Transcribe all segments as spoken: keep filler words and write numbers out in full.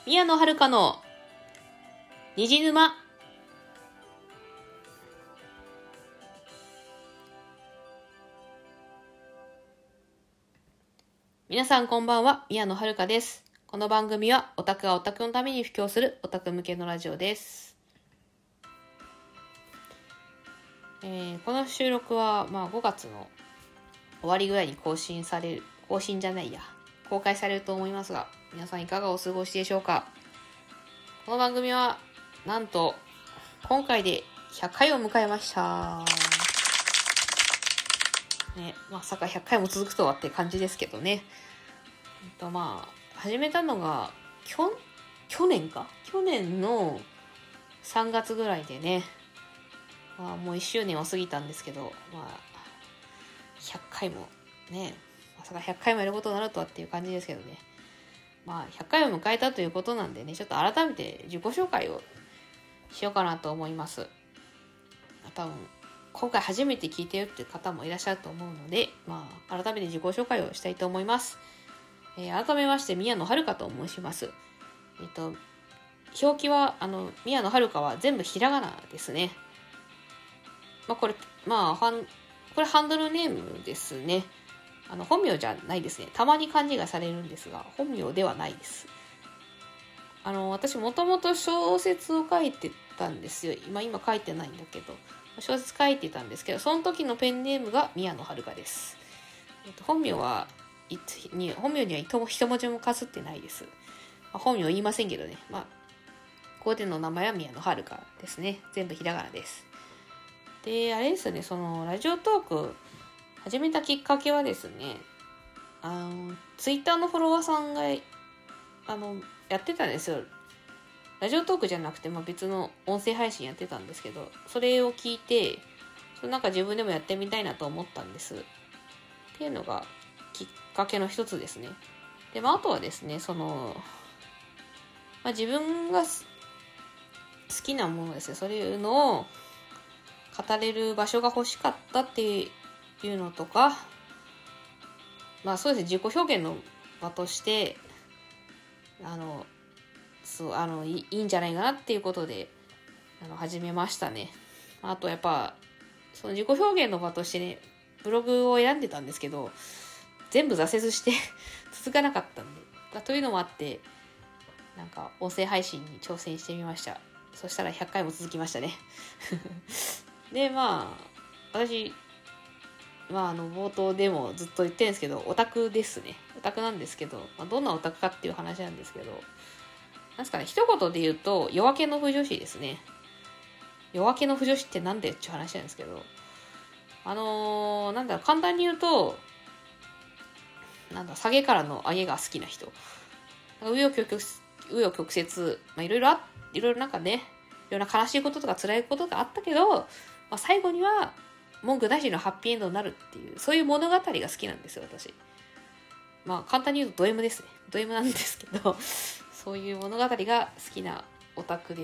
宮野遥の虹沼。皆さんこんばんは、宮野遥です。この番組はオタクがオタクのために布教するオタク向けのラジオです。えー、この収録は、まあ、ごがつの終わりぐらいに更新される、更新じゃないや、公開されると思いますが、皆さんいかがお過ごしでしょうか。この番組はなんと今回でひゃっかいを迎えました。ね、まさかひゃっかいも続くとはって感じですけどね。えっとまあ始めたのがきょ去年か去年のさんがつぐらいでね、まあ、もういっしゅうねんは過ぎたんですけど、まあひゃっかいもね、まさかひゃっかいもやることになるとはっていう感じですけどね。まあひゃっかいを迎えたということなんでね、ちょっと改めて自己紹介をしようかなと思います。多分今回初めて聞いてるっていう方もいらっしゃると思うので、まあ改めて自己紹介をしたいと思います。えー、改めまして宮野遥と申します。えっと表記はあの宮野遥は全部ひらがなですね。まあこれまあはんこれハンドルネームですね。あの本名じゃないですね。たまに勘違いされるんですが、本名ではないです。あの私もともと小説を書いてたんですよ。今今書いてないんだけど、小説書いてたんですけど、その時のペンネームが宮野遥です。えっと、本名はいに本名には一文字もかすってないです。まあ、本名言いませんけどね。まあここでの名前は宮野遥ですね。全部ひらがなです。で、あれですね、そのラジオトーク始めたきっかけはですね、あのツイッターのフォロワーさんがあのやってたんですよ。ラジオトークじゃなくて、まあ、別の音声配信やってたんですけど、それを聞いて、それなんか自分でもやってみたいなと思ったんです。っていうのがきっかけの一つですね。で、まあ、あとはですね、その、まあ、自分が好きなものですね、そういうのを語れる場所が欲しかったっていうのとか、まあそうですね、自己表現の場として、あの、そうあの い, いいんじゃないかなっていうことであの始めましたね。あとやっぱその自己表現の場としてね、ブログを選んでたんですけど、全部挫折して続かなかったんで、というのもあってなんか音声配信に挑戦してみました。そしたらひゃっかいも続きましたねでまあ私まああの冒頭でもずっと言ってるんですけど、オタクですね。オタクなんですけど、まあ、どんなオタクかっていう話なんですけど、なんですかね、一言で言うと夜明けの腐女子ですね。夜明けの腐女子ってなんでっていう話なんですけど、あのー、なんだろう、簡単に言うと、なんだ、下げからの上げが好きな人。紆余曲折、紆余曲折、まあいろいろあ、いろいろなんかね、いろんな悲しいこととか辛いことがあったけど、まあ、最後には文句なしのハッピーエンドになるっていう、そういう物語が好きなんですよ、私。まあ簡単に言うとド M ですね。ド M なんですけど、そういう物語が好きなオタクです。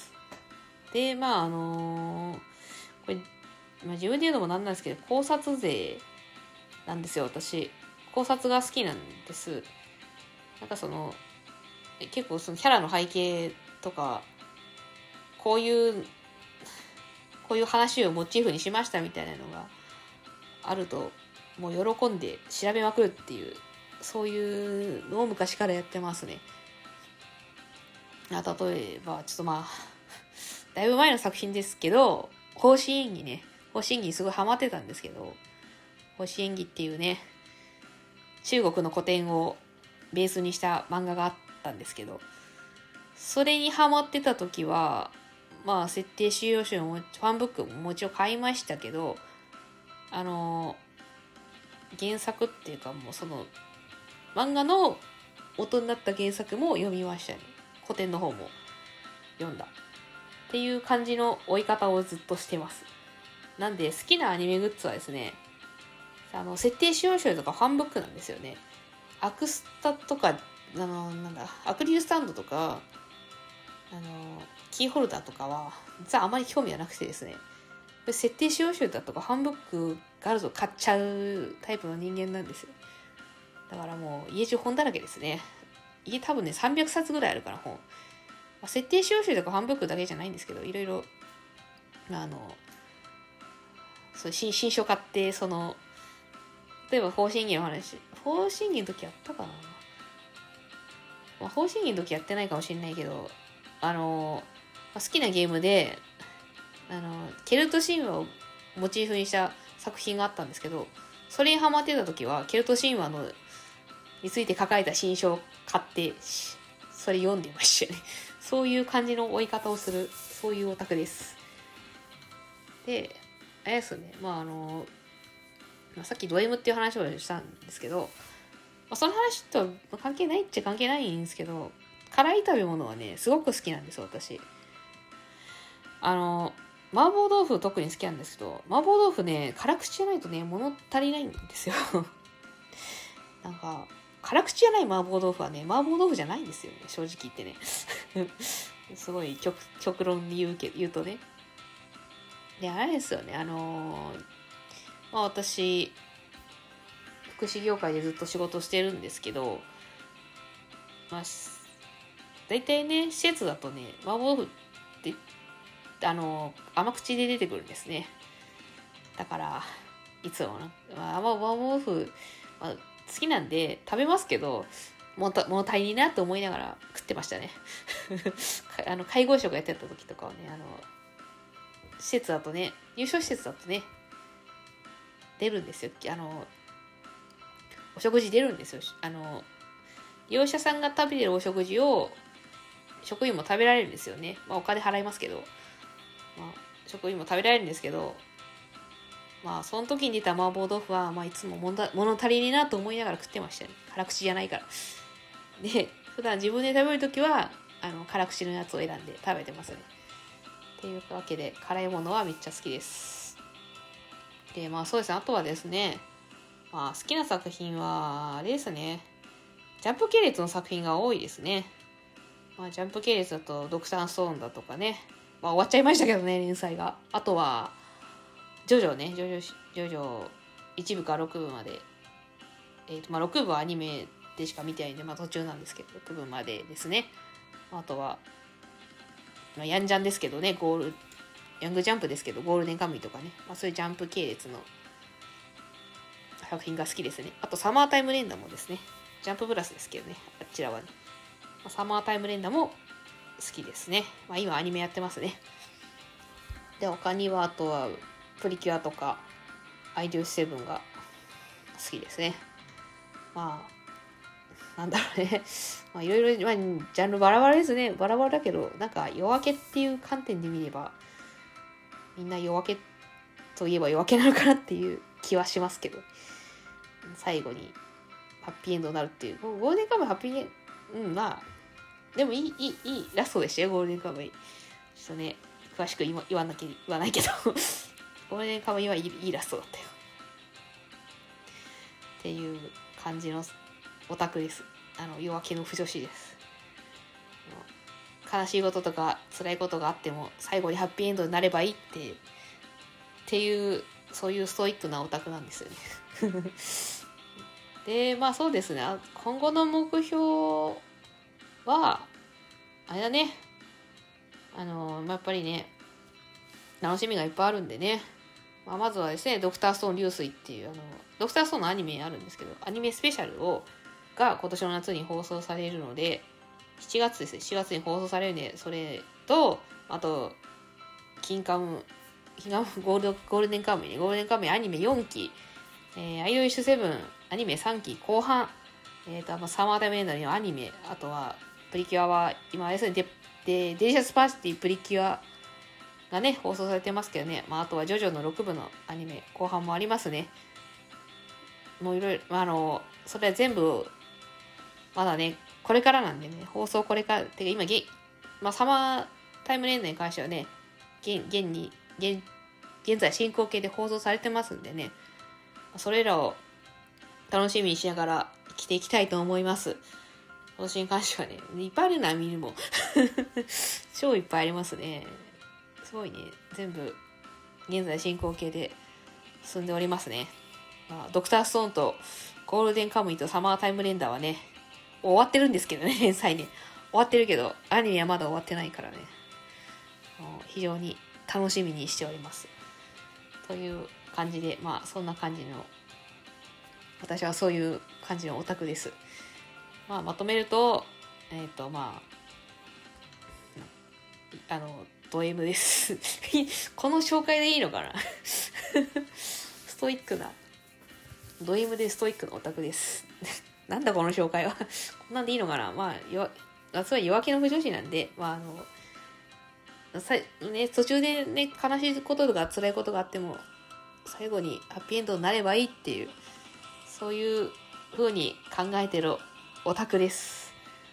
で、まああのー、これ、まあ、自分で言うのもなんなんですけど、考察勢なんですよ、私。考察が好きなんです。なんかその、結構そのキャラの背景とか、こういう、こういう話をモチーフにしましたみたいなのがあると、もう喜んで調べまくるっていう、そういうのを昔からやってますね。例えば、ちょっとまあ、だいぶ前の作品ですけど、方針演技ね。方針演技にすごいハマってたんですけど、方針演技っていうね、中国の古典をベースにした漫画があったんですけど、それにハマってた時は、まあ、設定資料集のファンブックももちろん買いましたけど、あの、原作っていうかもうその、漫画の元になった原作も読みましたね。古典の方も読んだ。っていう感じの追い方をずっとしてます。なんで好きなアニメグッズはですね、あの設定資料集とかファンブックなんですよね。アクスタとか、あの、なんだ、アクリルスタンドとか、あの、キーホルダーとかは、実はあまり興味はなくてですね、設定資料集だとかファンブックがあると買っちゃうタイプの人間なんですよ。だからもう家中本だらけですね。 家多分ねさんびゃくさつぐらいあるから本、まあ、設定使用書とかファンブックだけじゃないんですけど、いろいろあのそう新新書買って、その例えば方針儀の話、方針儀の時やったかな、まあ、方針儀の時やってないかもしれないけど、あの、まあ、好きなゲームであのケルト神話をモチーフにした作品があったんですけど、それにハマってた時はケルト神話のについて書かれた新書を買ってそれ読んでましたね。そういう感じの追い方をする、そういうオタクです。で、あれですね、まああの、まあ、さっきド M っていう話をしたんですけど、まあ、その話と関係ないっちゃ関係ないんですけど、辛い食べ物はねすごく好きなんです私。あの麻婆豆腐特に好きなんですけど、麻婆豆腐ね辛口じゃないとね物足りないんですよなんか辛口じゃない麻婆豆腐はね麻婆豆腐じゃないんですよね、正直言ってねすごい 極, 極論で言うけ言うとね。であれですよね、あのー、まあ私福祉業界でずっと仕事してるんですけど、まあ大体ね施設だとね麻婆豆腐ってあの甘口で出てくるんですね。だからいつもな、まあ、麻婆豆腐、まあ、好きなんで食べますけど、物足りになと思いながら食ってましたねあの介護職やってた時とかはね、あの施設だとね、入所施設だとね出るんですよ、あのお食事出るんですよ。あの利用者さんが食べてるお食事を職員も食べられるんですよね。まあお金払いますけど、まあ、職員も食べられるんですけど、まあその時に出た麻婆豆腐は、まあ、いつも物足りねえなと思いながら食ってましたね。辛口じゃないから。で普段自分で食べる時はあの辛口のやつを選んで食べてますね。っていうわけで辛いものはめっちゃ好きです。でまあそうですね、あとはですね、まあ好きな作品はあれですね、ジャンプ系列の作品が多いですね。まあジャンプ系列だとドクターストーンだとかね、まあ終わっちゃいましたけどね連載が。あとはジョジョね、ジョジョジョジョいち部からろくぶまで、えーとまあ、ろく部はアニメでしか見てないんで、まあ、途中なんですけどろく部までですね。あとは、まあ、ヤンジャンですけどね、ゴールヤングジャンプですけどゴールデンカムイとかね、まあ、そういうジャンプ系列の作品が好きですね。あとサマータイム連打もですね、ジャンププラスですけどね、あちらはね、まあ、サマータイム連打も好きですね。まあ、今アニメやってますね。で他にはあとはプリキュアとかアイデューセブンが好きですね。まあなんだろうねまあいろいろ、まあ、ジャンルバラバラですね。バラバラだけど、なんか夜明けっていう観点で見ればみんな夜明けといえば夜明けなのかなっていう気はしますけど、最後にハッピーエンドになるっていう、ゴールデンカムイハッピーエンド、うん、まあでもいいいいいいラストでしたよ、ゴールデンカムイ。ちょっとね詳しく言わ言わなきゃ言わないけどゴールデンカムイはいい、いいラストだったよっていう感じのオタクです。あの夜明けの不女子です。悲しいこととか辛いことがあっても最後にハッピーエンドになればいいってっていうそういうストイックなオタクなんですよねでまあそうですね、今後の目標はあれだね、あの、まあ、やっぱりね楽しみがいっぱいあるんでね、まあ、まずはですねドクターストーン流水っていうあのドクターストーンのアニメあるんですけど、アニメスペシャルをが今年の夏に放送されるので、しちがつですね、しちがつに放送されるんで、それとあとキンカムキンカムゴールドゴールデンカムイね、ゴールデンカムイアニメよんき、えー、アイドルイッシュセブンアニメさんき後半、えーとサマータイムエンダーのアニメ、あとはプリキュアは今ですねででデリシャスパーティープリキュアがね放送されてますけどね、まあ、あとはジョジョのろく部のアニメ後半もありますね。もういろいろ、まあ、あのそれは全部まだねこれからなんでね、放送これからてか今現、まあ、サマータイムレーンドに関してはね現現に現現在進行形で放送されてますんでね、それらを楽しみにしながら生きていきたいと思います。今年に関してはねいっぱいあるな、見るも超いっぱいありますね。すごいね、全部現在進行形で進んでおりますね。まあ、ドクターストーンとゴールデンカムイとサマータイムレンダーはね終わってるんですけどね、連載ね。終わってるけど、アニメはまだ終わってないからね。非常に楽しみにしております。という感じで、まあそんな感じの、私はそういう感じのオタクです。まあまとめると、えっとまあ、あの、ド M です。この紹介でいいのかなストイックな、ド M でストイックなオタクです。なんだこの紹介は。こんなんでいいのかな。まあ、よ、それは弱気の不女子なんで、まああの、さね、途中でね、悲しいこととか辛いことがあっても、最後にハッピーエンドになればいいっていう、そういう風に考えてるオタクです。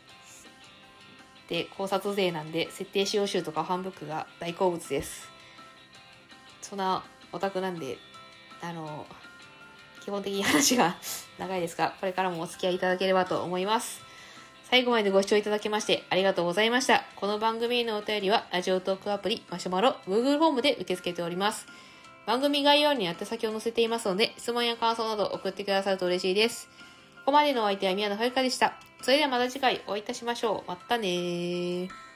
で、考察勢なんで、設定使用集とかファンブックが大好物です。そんなオタクなんで、あの、基本的に話が長いですが、これからもお付き合いいただければと思います。最後までご視聴いただきましてありがとうございました。この番組へのお便りは、ラジオトークアプリ、マシュマロ、Google フォームで受け付けております。番組概要欄に宛先を載せていますので、質問や感想など送ってくださると嬉しいです。ここまでのお相手は宮野遥でした。それではまた次回お会いいたしましょう。またねー。